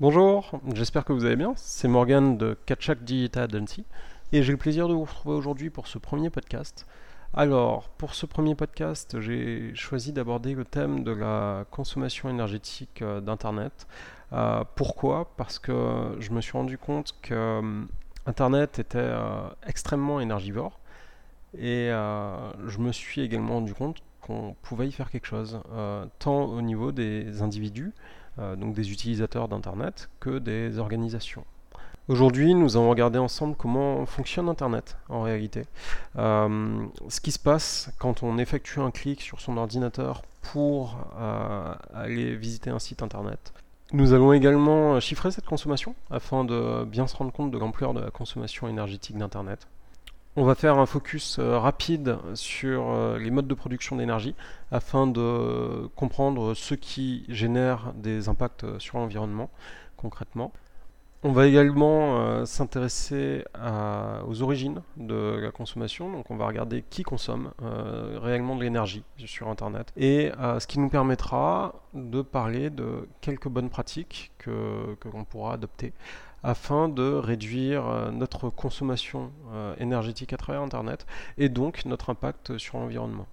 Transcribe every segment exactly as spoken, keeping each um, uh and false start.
Bonjour, j'espère que vous allez bien. C'est Morgan de Catchak Digital Agency et j'ai le plaisir de vous retrouver aujourd'hui pour ce premier podcast. Alors, pour ce premier podcast, j'ai choisi d'aborder le thème de la consommation énergétique euh, d'Internet. Euh, pourquoi? Parce que je me suis rendu compte que euh, Internet était euh, extrêmement énergivore et euh, je me suis également rendu compte qu'on pouvait y faire quelque chose, euh, tant au niveau des individus, euh, donc des utilisateurs d'Internet, que des organisations. Aujourd'hui, nous allons regarder ensemble comment fonctionne Internet en réalité. Euh, ce qui se passe quand on effectue un clic sur son ordinateur pour euh, aller visiter un site Internet. Nous allons également chiffrer cette consommation afin de bien se rendre compte de l'ampleur de la consommation énergétique d'Internet. On va faire un focus euh, rapide sur euh, les modes de production d'énergie afin de comprendre ce qui génère des impacts sur l'environnement concrètement. On va également euh, s'intéresser à- aux origines de la consommation, donc on va regarder qui consomme euh, réellement de l'énergie sur Internet, et euh, ce qui nous permettra de parler de quelques bonnes pratiques que, que l'on pourra adopter afin de réduire euh, notre consommation euh, énergétique à travers Internet et donc notre impact sur l'environnement.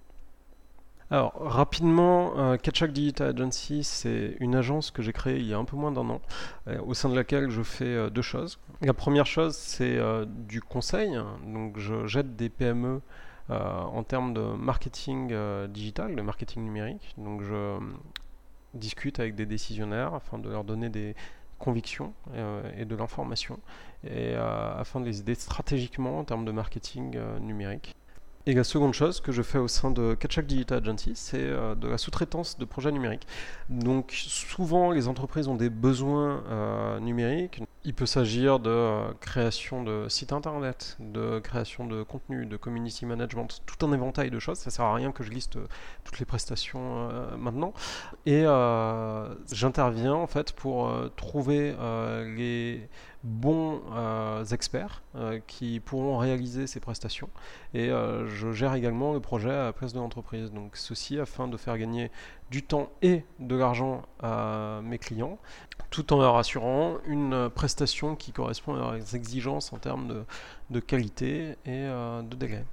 Alors, rapidement, euh, Catchak Digital Agency, c'est une agence que j'ai créée il y a un peu moins d'un an, euh, au sein de laquelle je fais euh, deux choses. La première chose, c'est euh, du conseil. Donc, je j'aide des P M E euh, en termes de marketing euh, digital, de marketing numérique. Donc, je euh, discute avec des décisionnaires afin de leur donner des convictions euh, et de l'information, et euh, afin de les aider stratégiquement en termes de marketing euh, numérique. Et la seconde chose que je fais au sein de Catchak Digital Agency, c'est euh, de la sous-traitance de projets numériques. Donc souvent, les entreprises ont des besoins euh, numériques. Il peut s'agir de euh, création de sites internet, de création de contenu, de community management, tout un éventail de choses. Ça sert à rien que je liste euh, toutes les prestations euh, maintenant. Et euh, j'interviens en fait pour euh, trouver euh, les bons euh, experts euh, qui pourront réaliser ces prestations, et euh, je gère également le projet à la place de l'entreprise. Donc ceci afin de faire gagner du temps et de l'argent à mes clients, tout en leur assurant une prestation qui correspond à leurs exigences en termes de, de qualité et euh, de délai.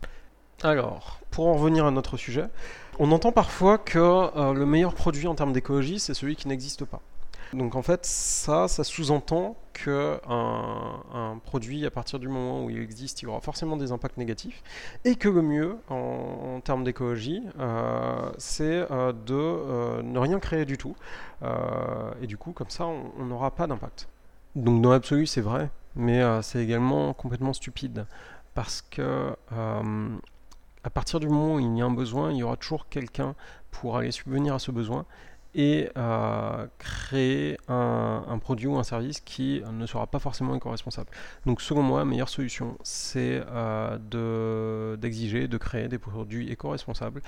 Alors, pour en revenir à notre sujet, on entend parfois que euh, le meilleur produit en termes d'écologie, c'est celui qui n'existe pas. Donc en fait, ça, ça sous-entend que un, un produit, à partir du moment où il existe, il aura forcément des impacts négatifs, et que le mieux, en, en termes d'écologie, euh, c'est euh, de euh, ne rien créer du tout, euh, et du coup, comme ça, on n'aura pas d'impact. Donc dans l'absolu, c'est vrai, mais euh, c'est également complètement stupide, parce que euh, à partir du moment où il y a un besoin, il y aura toujours quelqu'un pour aller subvenir à ce besoin et euh, créer un, un produit ou un service qui ne sera pas forcément éco-responsable. Donc selon moi, la meilleure solution, c'est euh, de, d'exiger, de créer des produits éco-responsables.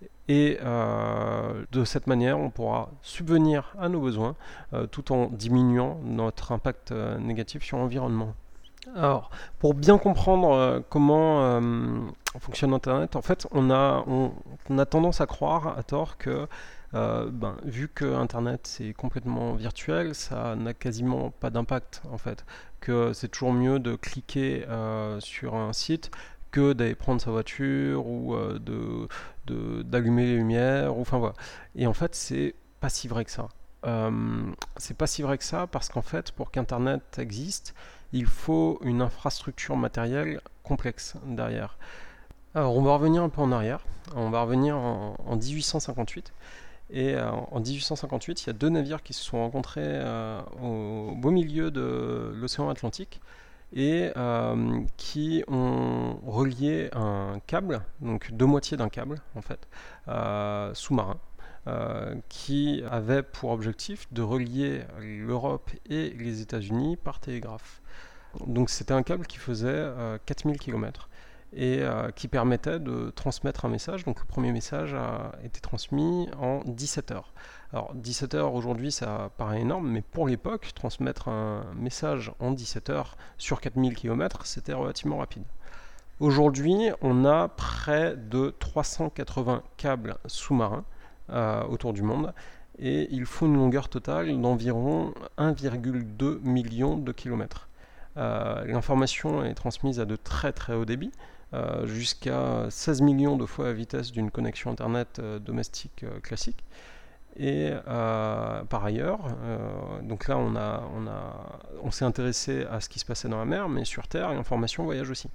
Et euh, de cette manière, on pourra subvenir à nos besoins euh, tout en diminuant notre impact euh, négatif sur l'environnement. Alors, pour bien comprendre euh, comment euh, fonctionne Internet, en fait, on a, on, on a tendance à croire, à tort, que euh, ben, vu que Internet c'est complètement virtuel, ça n'a quasiment pas d'impact, en fait. Que c'est toujours mieux de cliquer euh, sur un site que d'aller prendre sa voiture ou euh, de, de- d'allumer les lumières, ou enfin voilà. Et en fait, c'est pas si vrai que ça. Euh, c'est pas si vrai que ça parce qu'en fait, pour qu'Internet existe, il faut une infrastructure matérielle complexe derrière. Alors, on va revenir un peu en arrière. On va revenir en, en dix-huit cent cinquante-huit. Et euh, en dix-huit cent cinquante-huit, il y a deux navires qui se sont rencontrés euh, au beau milieu de l'océan Atlantique et euh, qui ont relié un câble, donc deux moitiés d'un câble en fait, euh, sous-marin, euh, qui avait pour objectif de relier l'Europe et les États-Unis par télégraphe. Donc c'était un câble qui faisait euh, quatre mille kilomètres et euh, qui permettait de transmettre un message. Donc le premier message a été transmis en dix-sept heures. Alors dix-sept heures aujourd'hui ça paraît énorme, mais pour l'époque, transmettre un message en dix-sept heures sur quatre mille kilomètres, c'était relativement rapide. Aujourd'hui, on a près de trois cent quatre-vingts câbles sous-marins euh, autour du monde et il faut une longueur totale d'environ un virgule deux million de kilomètres. Euh, l'information est transmise à de très très haut débit, euh, jusqu'à seize millions de fois la vitesse d'une connexion internet euh, domestique euh, classique. Et euh, par ailleurs, euh, donc là on, a, on, a, on s'est intéressé à ce qui se passait dans la mer, mais sur Terre, l'information voyage aussi.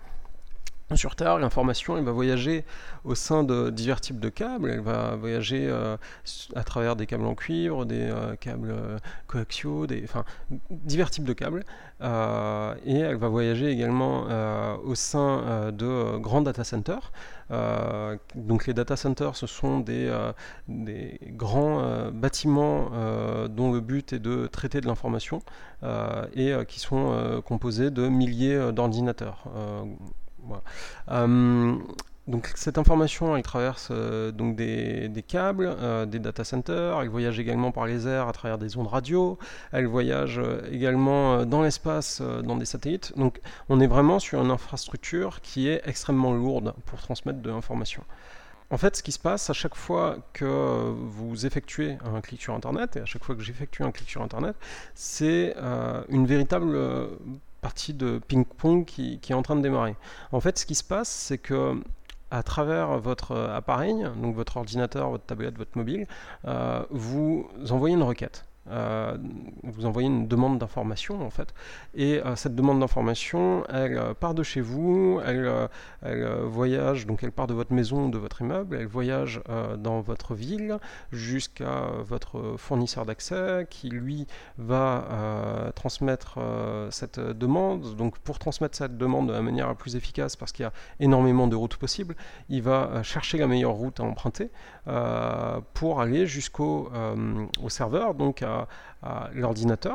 Sur Terre, l'information elle va voyager au sein de divers types de câbles. Elle va voyager euh, à travers des câbles en cuivre, des euh, câbles euh, coaxiaux, des, enfin divers types de câbles. Euh, et elle va voyager également euh, au sein euh, de euh, grands data centers. Euh, donc les data centers, ce sont des, euh, des grands euh, bâtiments euh, dont le but est de traiter de l'information euh, et euh, qui sont euh, composés de milliers d'ordinateurs. Euh, Voilà. Euh, donc cette information, elle traverse euh, donc des, des câbles, euh, des data centers, elle voyage également par les airs à travers des ondes radio, elle voyage euh, également euh, dans l'espace, euh, dans des satellites. Donc on est vraiment sur une infrastructure qui est extrêmement lourde pour transmettre de l'information. En fait, ce qui se passe à chaque fois que vous effectuez un clic sur Internet, et à chaque fois que j'effectue un clic sur Internet, c'est euh, une véritable euh, partie de ping-pong qui, qui est en train de démarrer. En fait, ce qui se passe, c'est que à travers votre appareil, donc votre ordinateur, votre tablette, votre mobile, euh, vous envoyez une requête. Euh, vous envoyez une demande d'information en fait, et euh, cette demande d'information elle euh, part de chez vous, elle, euh, elle euh, voyage, donc elle part de votre maison, de votre immeuble, elle voyage euh, dans votre ville jusqu'à votre fournisseur d'accès qui lui va euh, transmettre euh, cette demande. Donc pour transmettre cette demande de la manière la plus efficace, parce qu'il y a énormément de routes possibles, il va euh, chercher la meilleure route à emprunter euh, pour aller jusqu'au euh, au serveur, donc à à l'ordinateur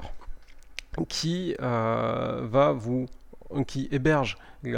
qui euh, va vous qui héberge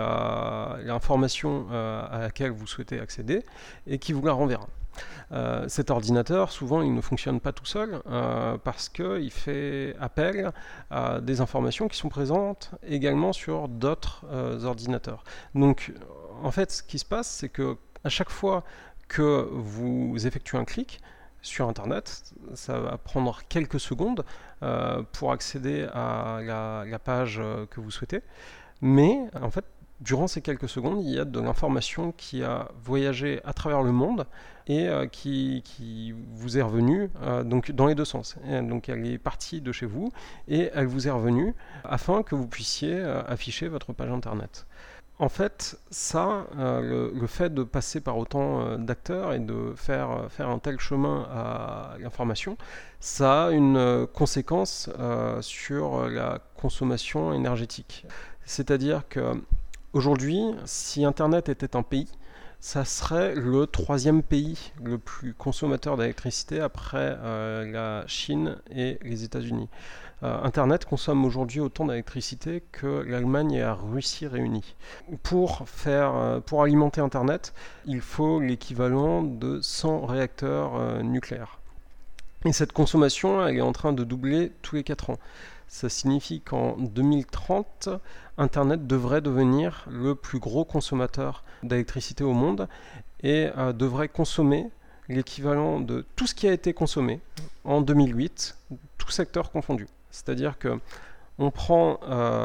la, l'information euh, à laquelle vous souhaitez accéder et qui vous la renverra. Euh, cet ordinateur, souvent, il ne fonctionne pas tout seul euh, parce qu'il fait appel à des informations qui sont présentes également sur d'autres euh, ordinateurs. Donc, en fait, ce qui se passe, c'est que à chaque fois que vous effectuez un clic sur Internet, ça va prendre quelques secondes euh, pour accéder à la, la page euh, que vous souhaitez. Mais en fait, durant ces quelques secondes, il y a de l'information qui a voyagé à travers le monde et euh, qui, qui vous est revenue euh, donc dans les deux sens. Et donc elle est partie de chez vous et elle vous est revenue afin que vous puissiez euh, afficher votre page Internet. En fait, ça, euh, le, le fait de passer par autant euh, d'acteurs et de faire, euh, faire un tel chemin à l'information, ça a une euh, conséquence euh, sur la consommation énergétique. C'est-à-dire que aujourd'hui, si Internet était un pays, ça serait le troisième pays le plus consommateur d'électricité après euh, la Chine et les États-Unis. Euh, Internet consomme aujourd'hui autant d'électricité que l'Allemagne et la Russie réunies. Pour, faire, euh, pour alimenter Internet, il faut l'équivalent de cent réacteurs euh, nucléaires. Et cette consommation, elle est en train de doubler tous les quatre ans. Ça signifie qu'en deux mille trente, Internet devrait devenir le plus gros consommateur d'électricité au monde et euh, devrait consommer l'équivalent de tout ce qui a été consommé en deux mille huit, tout secteur confondu. C'est-à-dire que on prend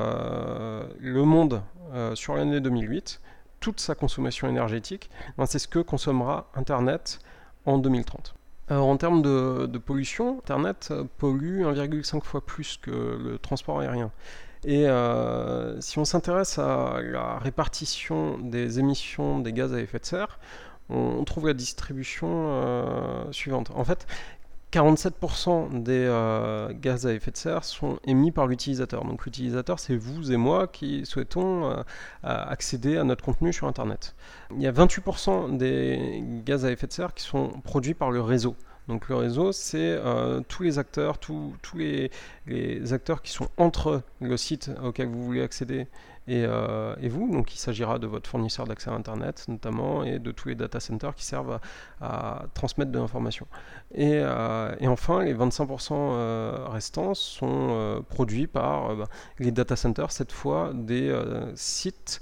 euh, le monde euh, sur l'année deux mille huit, toute sa consommation énergétique, ben c'est ce que consommera Internet en deux mille trente. Alors, en termes de, de pollution, Internet pollue un virgule cinq fois plus que le transport aérien. Et euh, si on s'intéresse à la répartition des émissions des gaz à effet de serre, on trouve la distribution euh, suivante. En fait, quarante-sept pour cent des euh, gaz à effet de serre sont émis par l'utilisateur. Donc l'utilisateur, c'est vous et moi qui souhaitons euh, accéder à notre contenu sur Internet. Il y a vingt-huit pour cent des gaz à effet de serre qui sont produits par le réseau. Donc le réseau, c'est euh, tous les acteurs, tous, tous les, les acteurs qui sont entre le site auquel vous voulez accéder et, euh, et vous. Donc il s'agira de votre fournisseur d'accès à Internet notamment et de tous les data centers qui servent à, à transmettre de l'information. Et, euh, et enfin, les vingt-cinq pour cent euh, restants sont euh, produits par euh, bah, les data centers, cette fois des euh, sites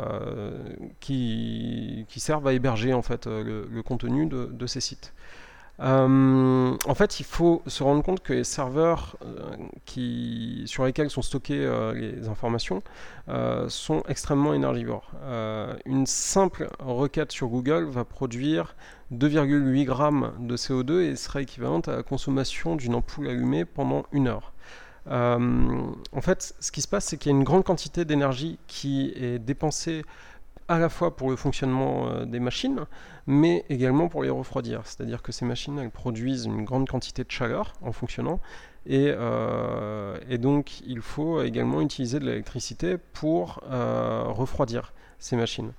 euh, qui, qui servent à héberger en fait, le, le contenu de, de ces sites. Euh, en fait, il faut se rendre compte que les serveurs euh, qui, sur lesquels sont stockées euh, les informations euh, sont extrêmement énergivores. Euh, une simple requête sur Google va produire deux virgule huit grammes de C O deux et sera équivalente à la consommation d'une ampoule allumée pendant une heure. Euh, en fait, ce qui se passe, c'est qu'il y a une grande quantité d'énergie qui est dépensée à la fois pour le fonctionnement euh, des machines, mais également pour les refroidir. C'est-à-dire que ces machines, elles produisent une grande quantité de chaleur en fonctionnant, et, euh, et donc il faut également utiliser de l'électricité pour euh, refroidir ces machines.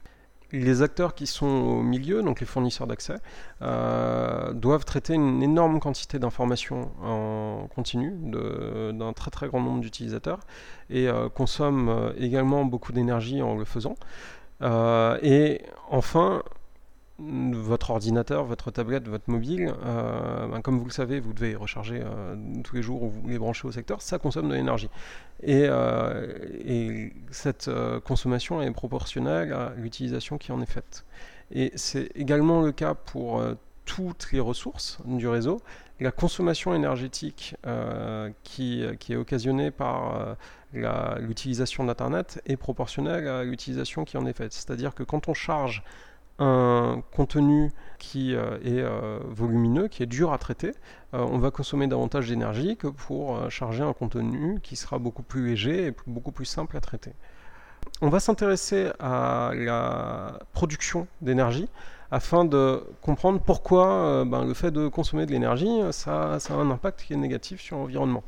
Les acteurs qui sont au milieu, donc les fournisseurs d'accès, euh, doivent traiter une énorme quantité d'informations en continu de, d'un très très grand nombre d'utilisateurs et euh, consomment euh, également beaucoup d'énergie en le faisant. Euh, et enfin, votre ordinateur, votre tablette, votre mobile, euh, ben, comme vous le savez, vous devez recharger euh, tous les jours ou vous les branchez au secteur, ça consomme de l'énergie. Et, euh, et cette euh, consommation est proportionnelle à l'utilisation qui en est faite. Et c'est également le cas pour euh, toutes les ressources du réseau. La consommation énergétique euh, qui, qui est occasionnée par euh, la, l'utilisation d'Internet est proportionnelle à l'utilisation qui en est faite. C'est-à-dire que quand on charge un contenu qui euh, est euh, volumineux, qui est dur à traiter, euh, on va consommer davantage d'énergie que pour euh, charger un contenu qui sera beaucoup plus léger et beaucoup plus simple à traiter. On va s'intéresser à la production d'énergie afin de comprendre pourquoi euh, ben, le fait de consommer de l'énergie, ça, ça a un impact qui est négatif sur l'environnement.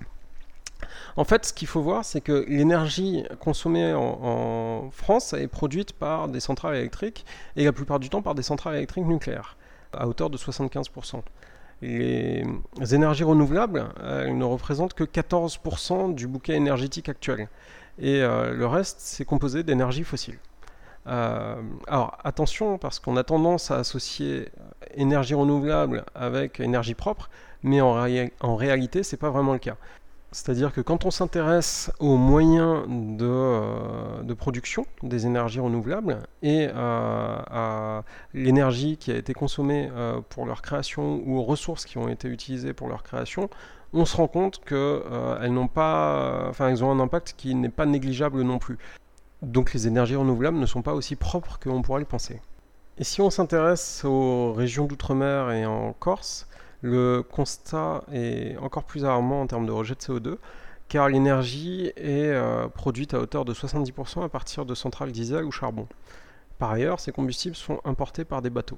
En fait, ce qu'il faut voir, c'est que l'énergie consommée en, en France est produite par des centrales électriques et la plupart du temps par des centrales électriques nucléaires, à hauteur de soixante-quinze pour cent. Les énergies renouvelables, elles ne représentent que quatorze pour cent du bouquet énergétique actuel. Et euh, le reste, c'est composé d'énergie fossile. Euh, alors attention, parce qu'on a tendance à associer énergie renouvelable avec énergie propre, mais en, ré- en réalité, ce n'est pas vraiment le cas. C'est-à-dire que quand on s'intéresse aux moyens de, euh, de production des énergies renouvelables et euh, à l'énergie qui a été consommée euh, pour leur création ou aux ressources qui ont été utilisées pour leur création, on se rend compte qu'elles euh, n'ont pas, enfin, elles ont un impact qui n'est pas négligeable non plus. Donc les énergies renouvelables ne sont pas aussi propres qu'on pourrait le penser. Et si on s'intéresse aux régions d'outre-mer et en Corse, le constat est encore plus alarmant en termes de rejet de C O deux, car l'énergie est euh, produite à hauteur de soixante-dix pour cent à partir de centrales diesel ou charbon. Par ailleurs, ces combustibles sont importés par des bateaux.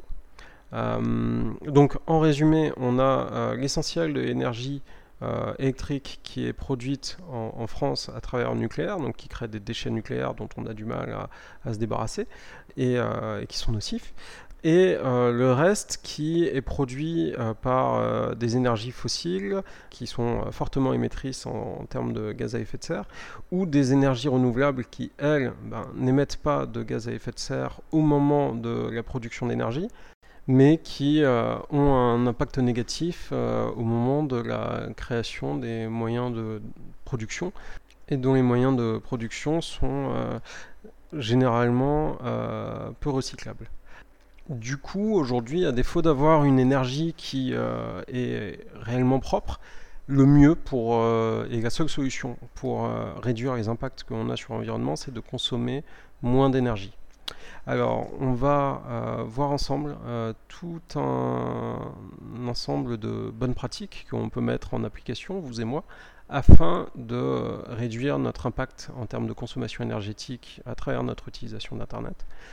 Euh, donc en résumé, on a euh, l'essentiel de l'énergie euh, électrique qui est produite en, en France à travers le nucléaire, donc qui crée des déchets nucléaires dont on a du mal à, à se débarrasser et, euh, et qui sont nocifs. Et euh, le reste qui est produit euh, par euh, des énergies fossiles qui sont euh, fortement émettrices en, en termes de gaz à effet de serre, ou des énergies renouvelables qui, elles, ben, n'émettent pas de gaz à effet de serre au moment de la production d'énergie, mais qui euh, ont un impact négatif euh, au moment de la création des moyens de production, et dont les moyens de production sont euh, généralement euh, peu recyclables. Du coup, aujourd'hui, à défaut d'avoir une énergie qui euh, est réellement propre, le mieux pour, euh, et la seule solution pour euh, réduire les impacts qu'on a sur l'environnement, c'est de consommer moins d'énergie. Alors, on va euh, voir ensemble euh, tout un, un ensemble de bonnes pratiques qu'on peut mettre en application, vous et moi, afin de réduire notre impact en termes de consommation énergétique à travers notre utilisation d'Internet.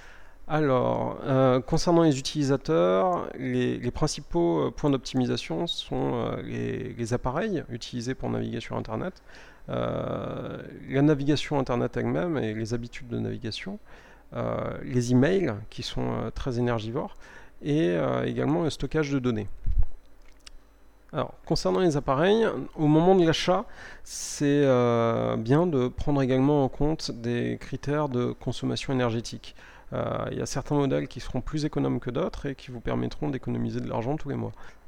Alors, euh, concernant les utilisateurs, les, les principaux euh, points d'optimisation sont euh, les, les appareils utilisés pour naviguer sur Internet, euh, la navigation Internet elle-même et les habitudes de navigation, euh, les emails qui sont euh, très énergivores et euh, également le stockage de données. Alors, concernant les appareils, au moment de l'achat, c'est euh, bien de prendre également en compte des critères de consommation énergétique. Euh, il y a certains modèles qui seront plus économes que d'autres et qui vous permettront d'économiser de l'argent tous les mois.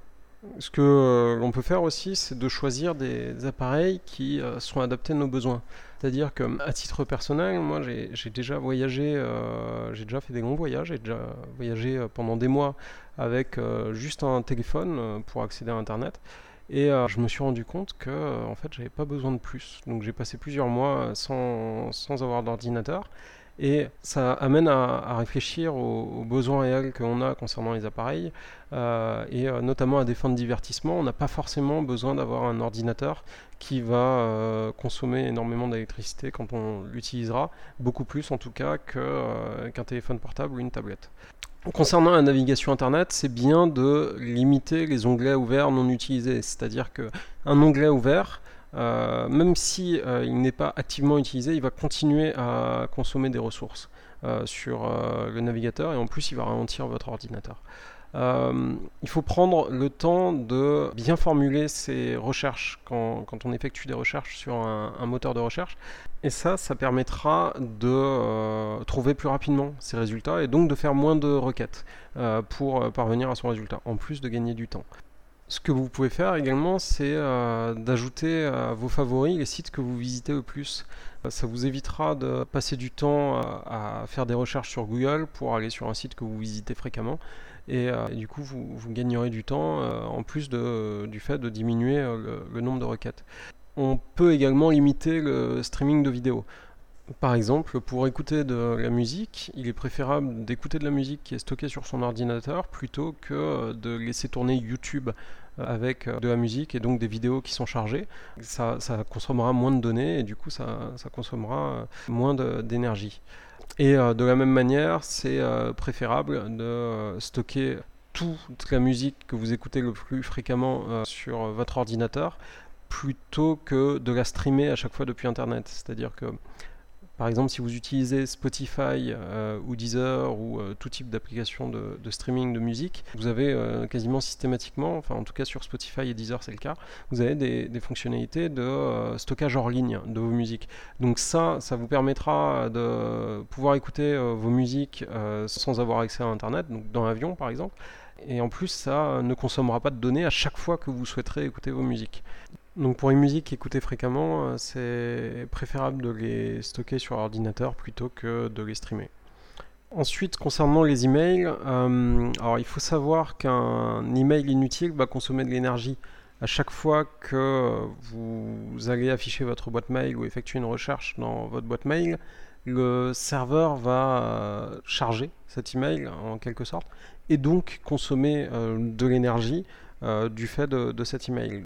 Ce que euh, l'on peut faire aussi, c'est de choisir des appareils qui euh, sont adaptés à nos besoins. C'est-à-dire que, à titre personnel, moi j'ai, j'ai déjà voyagé, euh, j'ai déjà fait des longs voyages, j'ai déjà voyagé euh, pendant des mois avec euh, juste un téléphone euh, pour accéder à Internet. Et euh, je me suis rendu compte que euh, en fait j'avais pas besoin de plus. Donc j'ai passé plusieurs mois sans, sans avoir d'ordinateur. Et ça amène à, à réfléchir aux, aux besoins réels qu'on a concernant les appareils, euh, et euh, notamment à des fins de divertissement. On n'a pas forcément besoin d'avoir un ordinateur qui va euh, consommer énormément d'électricité quand on l'utilisera, beaucoup plus en tout cas que, euh, qu'un téléphone portable ou une tablette. Concernant la navigation internet, c'est bien de limiter les onglets ouverts non utilisés. C'est-à-dire qu'un onglet ouvert, euh, même si euh, il n'est pas activement utilisé, il va continuer à consommer des ressources euh, sur euh, le navigateur et en plus il va ralentir votre ordinateur. Euh, il faut prendre le temps de bien formuler ses recherches quand, quand on effectue des recherches sur un, un moteur de recherche. Et ça, ça permettra de euh, trouver plus rapidement ses résultats et donc de faire moins de requêtes euh, pour euh, parvenir à son résultat, en plus de gagner du temps. Ce que vous pouvez faire également, c'est euh, d'ajouter à vos favoris les sites que vous visitez le plus. Ça vous évitera de passer du temps à, à faire des recherches sur Google pour aller sur un site que vous visitez fréquemment. Et, euh, et du coup, vous, vous gagnerez du temps euh, en plus de, du fait de diminuer euh, le, le nombre de requêtes. On peut également limiter le streaming de vidéos. Par exemple, pour écouter de la musique, il est préférable d'écouter de la musique qui est stockée sur son ordinateur plutôt que de laisser tourner YouTube avec de la musique et donc des vidéos qui sont chargées. Ça, ça consommera moins de données et du coup ça, ça consommera moins de, d'énergie. Et euh, de la même manière, c'est euh, préférable de euh, stocker toute la musique que vous écoutez le plus fréquemment euh, sur votre ordinateur plutôt que de la streamer à chaque fois depuis Internet. C'est-à-dire que par exemple, si vous utilisez Spotify euh, ou Deezer ou euh, tout type d'application de, de streaming de musique, vous avez euh, quasiment systématiquement, enfin en tout cas sur Spotify et Deezer c'est le cas, vous avez des, des fonctionnalités de euh, stockage hors ligne de vos musiques. Donc ça, ça vous permettra de pouvoir écouter euh, vos musiques euh, sans avoir accès à Internet, donc dans l'avion par exemple. Et en plus, ça ne consommera pas de données à chaque fois que vous souhaiterez écouter vos musiques. Donc pour une musique écoutée fréquemment, c'est préférable de les stocker sur ordinateur plutôt que de les streamer. Ensuite, concernant les emails, euh, alors il faut savoir qu'un email inutile va consommer de l'énergie. À chaque fois que vous allez afficher votre boîte mail ou effectuer une recherche dans votre boîte mail, le serveur va charger cet email en quelque sorte et donc consommer euh, de l'énergie euh, du fait de, de cet email.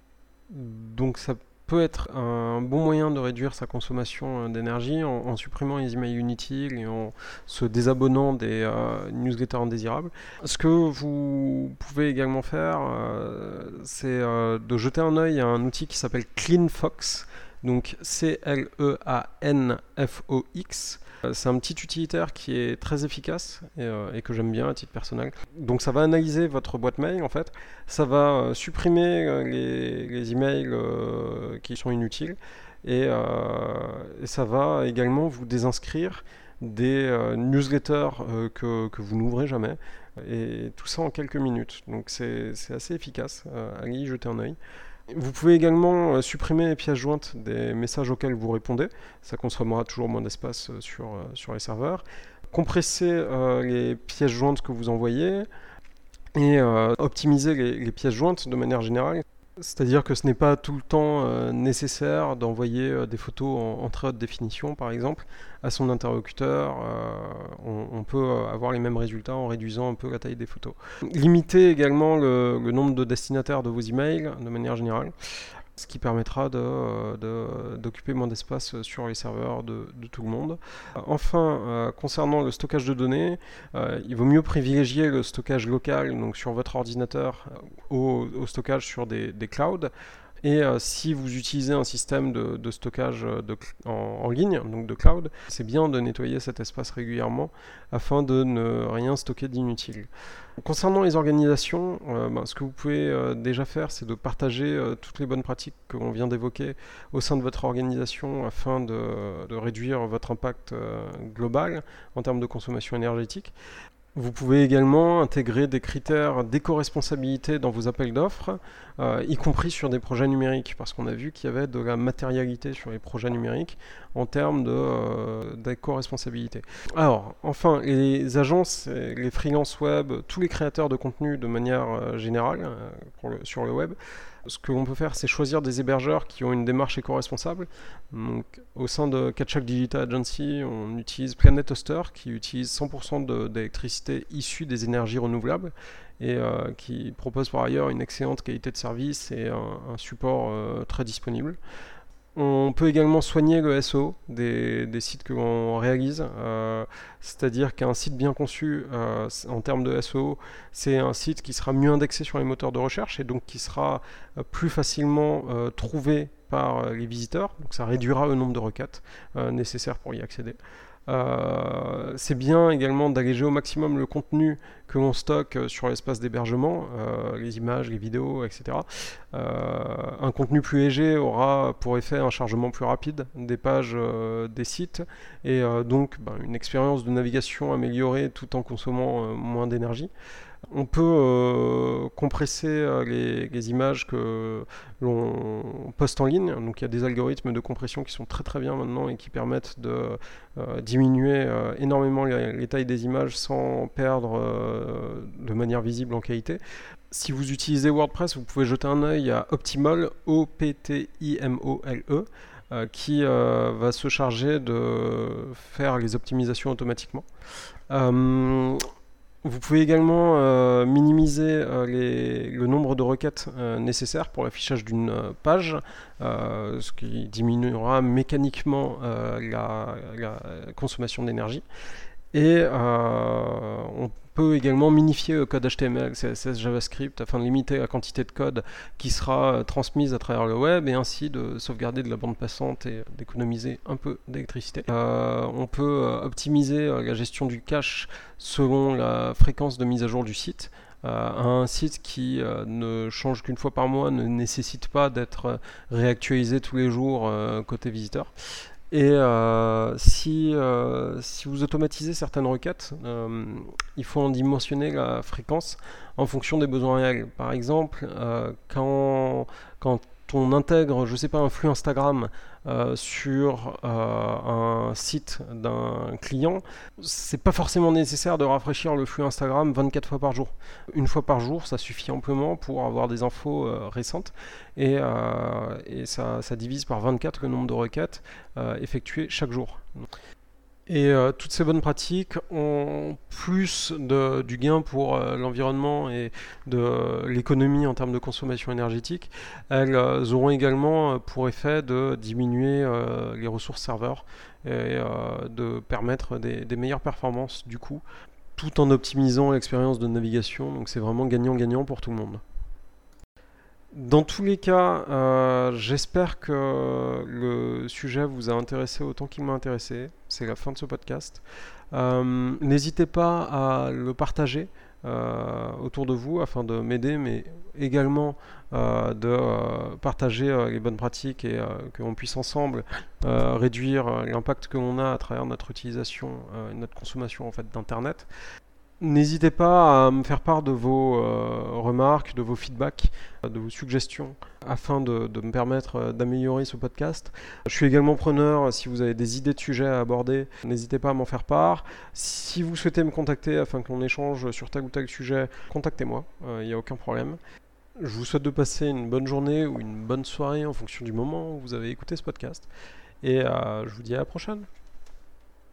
Donc ça peut être un bon moyen de réduire sa consommation d'énergie en, en supprimant les emails inutiles et en se désabonnant des euh, newsletters indésirables. Ce que vous pouvez également faire, euh, c'est euh, de jeter un œil à un outil qui s'appelle CleanFox, donc C L E A N F O X. C'est un petit utilitaire qui est très efficace et, euh, et que j'aime bien à titre personnel. Donc ça va analyser votre boîte mail en fait, ça va euh, supprimer euh, les, les emails euh, qui sont inutiles et, euh, et ça va également vous désinscrire des euh, newsletters euh, que, que vous n'ouvrez jamais et tout ça en quelques minutes. Donc c'est, c'est assez efficace, euh, allez y jeter un œil. Vous pouvez également euh, supprimer les pièces jointes des messages auxquels vous répondez. Ça consommera toujours moins d'espace euh, sur, euh, sur les serveurs. Compresser euh, les pièces jointes que vous envoyez et euh, optimiser les, les pièces jointes de manière générale. C'est-à-dire que ce n'est pas tout le temps euh, nécessaire d'envoyer euh, des photos en, en très haute définition, par exemple, à son interlocuteur. Euh, on, on peut avoir les mêmes résultats en réduisant un peu la taille des photos. Limitez également le, le nombre de destinataires de vos emails, de manière générale, ce qui permettra de, de, d'occuper moins d'espace sur les serveurs de, de tout le monde. Enfin, euh, concernant le stockage de données, euh, il vaut mieux privilégier le stockage local, donc sur votre ordinateur, au, au stockage sur des, des clouds. Et euh, si vous utilisez un système de, de stockage de, en, en ligne, donc de cloud, c'est bien de nettoyer cet espace régulièrement afin de ne rien stocker d'inutile. Concernant les organisations, euh, ben, ce que vous pouvez euh, déjà faire, c'est de partager euh, toutes les bonnes pratiques que l'on vient d'évoquer au sein de votre organisation afin de, de réduire votre impact euh, global en termes de consommation énergétique. Vous pouvez également intégrer des critères d'éco-responsabilité dans vos appels d'offres, euh, y compris sur des projets numériques, parce qu'on a vu qu'il y avait de la matérialité sur les projets numériques en termes de, euh, d'éco-responsabilité. Alors, enfin, les agences, les freelances web, tous les créateurs de contenu de manière euh, générale euh, pour le, sur le web, ce que l'on peut faire, c'est choisir des hébergeurs qui ont une démarche éco-responsable. Donc, au sein de Catchac Digital Agency, on utilise Planet Hoster, qui utilise cent pour cent de, d'électricité issue des énergies renouvelables et euh, qui propose par ailleurs une excellente qualité de service et un, un support euh, très disponible. On peut également soigner le S E O des, des sites que l'on réalise, euh, c'est-à-dire qu'un site bien conçu euh, en termes de S E O, c'est un site qui sera mieux indexé sur les moteurs de recherche et donc qui sera euh, plus facilement euh, trouvé par euh, les visiteurs, donc ça réduira le nombre de requêtes euh, nécessaires pour y accéder. Euh, c'est bien également d'alléger au maximum le contenu que l'on stocke sur l'espace d'hébergement, euh, les images, les vidéos, et cetera. Euh, un contenu plus léger aura pour effet un chargement plus rapide des pages euh, des sites et euh, donc ben, une expérience de navigation améliorée tout en consommant euh, moins d'énergie. On peut euh, compresser euh, les, les images que l'on poste en ligne. Donc il y a des algorithmes de compression qui sont très très bien maintenant et qui permettent de euh, diminuer euh, énormément les, les tailles des images sans perdre euh, de manière visible en qualité. Si vous utilisez WordPress, vous pouvez jeter un œil à Optimole, O P T I M O L E, euh, qui euh, va se charger de faire les optimisations automatiquement. Euh, Vous pouvez également euh, minimiser euh, les, le nombre de requêtes euh, nécessaires pour l'affichage d'une euh, page, euh, ce qui diminuera mécaniquement euh, la, la consommation d'énergie. Et euh, on peut également minifier le code H T M L, C S S, JavaScript afin de limiter la quantité de code qui sera euh, transmise à travers le web et ainsi de sauvegarder de la bande passante et d'économiser un peu d'électricité. Euh, on peut euh, optimiser euh, la gestion du cache selon la fréquence de mise à jour du site. Euh, un site qui euh, ne change qu'une fois par mois ne nécessite pas d'être euh, réactualisé tous les jours euh, côté visiteur. Et euh, si, euh, si vous automatisez certaines requêtes, euh, il faut en dimensionner la fréquence en fonction des besoins réels. Par exemple, euh, quand, quand on intègre, je sais pas, un flux Instagram euh, sur euh, un site d'un client, c'est pas forcément nécessaire de rafraîchir le flux Instagram vingt-quatre fois par jour. Une fois par jour, ça suffit amplement pour avoir des infos euh, récentes et, euh, et ça, ça divise par vingt-quatre le nombre de requêtes euh, effectuées chaque jour. Et euh, toutes ces bonnes pratiques ont plus de, du gain pour euh, l'environnement et de euh, l'économie en termes de consommation énergétique. Elles euh, auront également euh, pour effet de diminuer euh, les ressources serveurs et euh, de permettre des, des meilleures performances du coup, tout en optimisant l'expérience de navigation. Donc c'est vraiment gagnant-gagnant pour tout le monde. Dans tous les cas, euh, j'espère que le sujet vous a intéressé autant qu'il m'a intéressé. C'est la fin de ce podcast. Euh, n'hésitez pas à le partager euh, autour de vous afin de m'aider, mais également euh, de euh, partager euh, les bonnes pratiques et euh, qu'on puisse ensemble euh, réduire l'impact que l'on a à travers notre utilisation, euh, notre consommation en fait, d'Internet. N'hésitez pas à me faire part de vos euh, remarques, de vos feedbacks, de vos suggestions afin de, de me permettre euh, d'améliorer ce podcast. Je suis également preneur si vous avez des idées de sujets à aborder. N'hésitez pas à m'en faire part. Si vous souhaitez me contacter afin que l'on échange sur tel ou tel sujet, contactez-moi, il euh, n'y a aucun problème. Je vous souhaite de passer une bonne journée ou une bonne soirée en fonction du moment où vous avez écouté ce podcast. Et euh, je vous dis à la prochaine.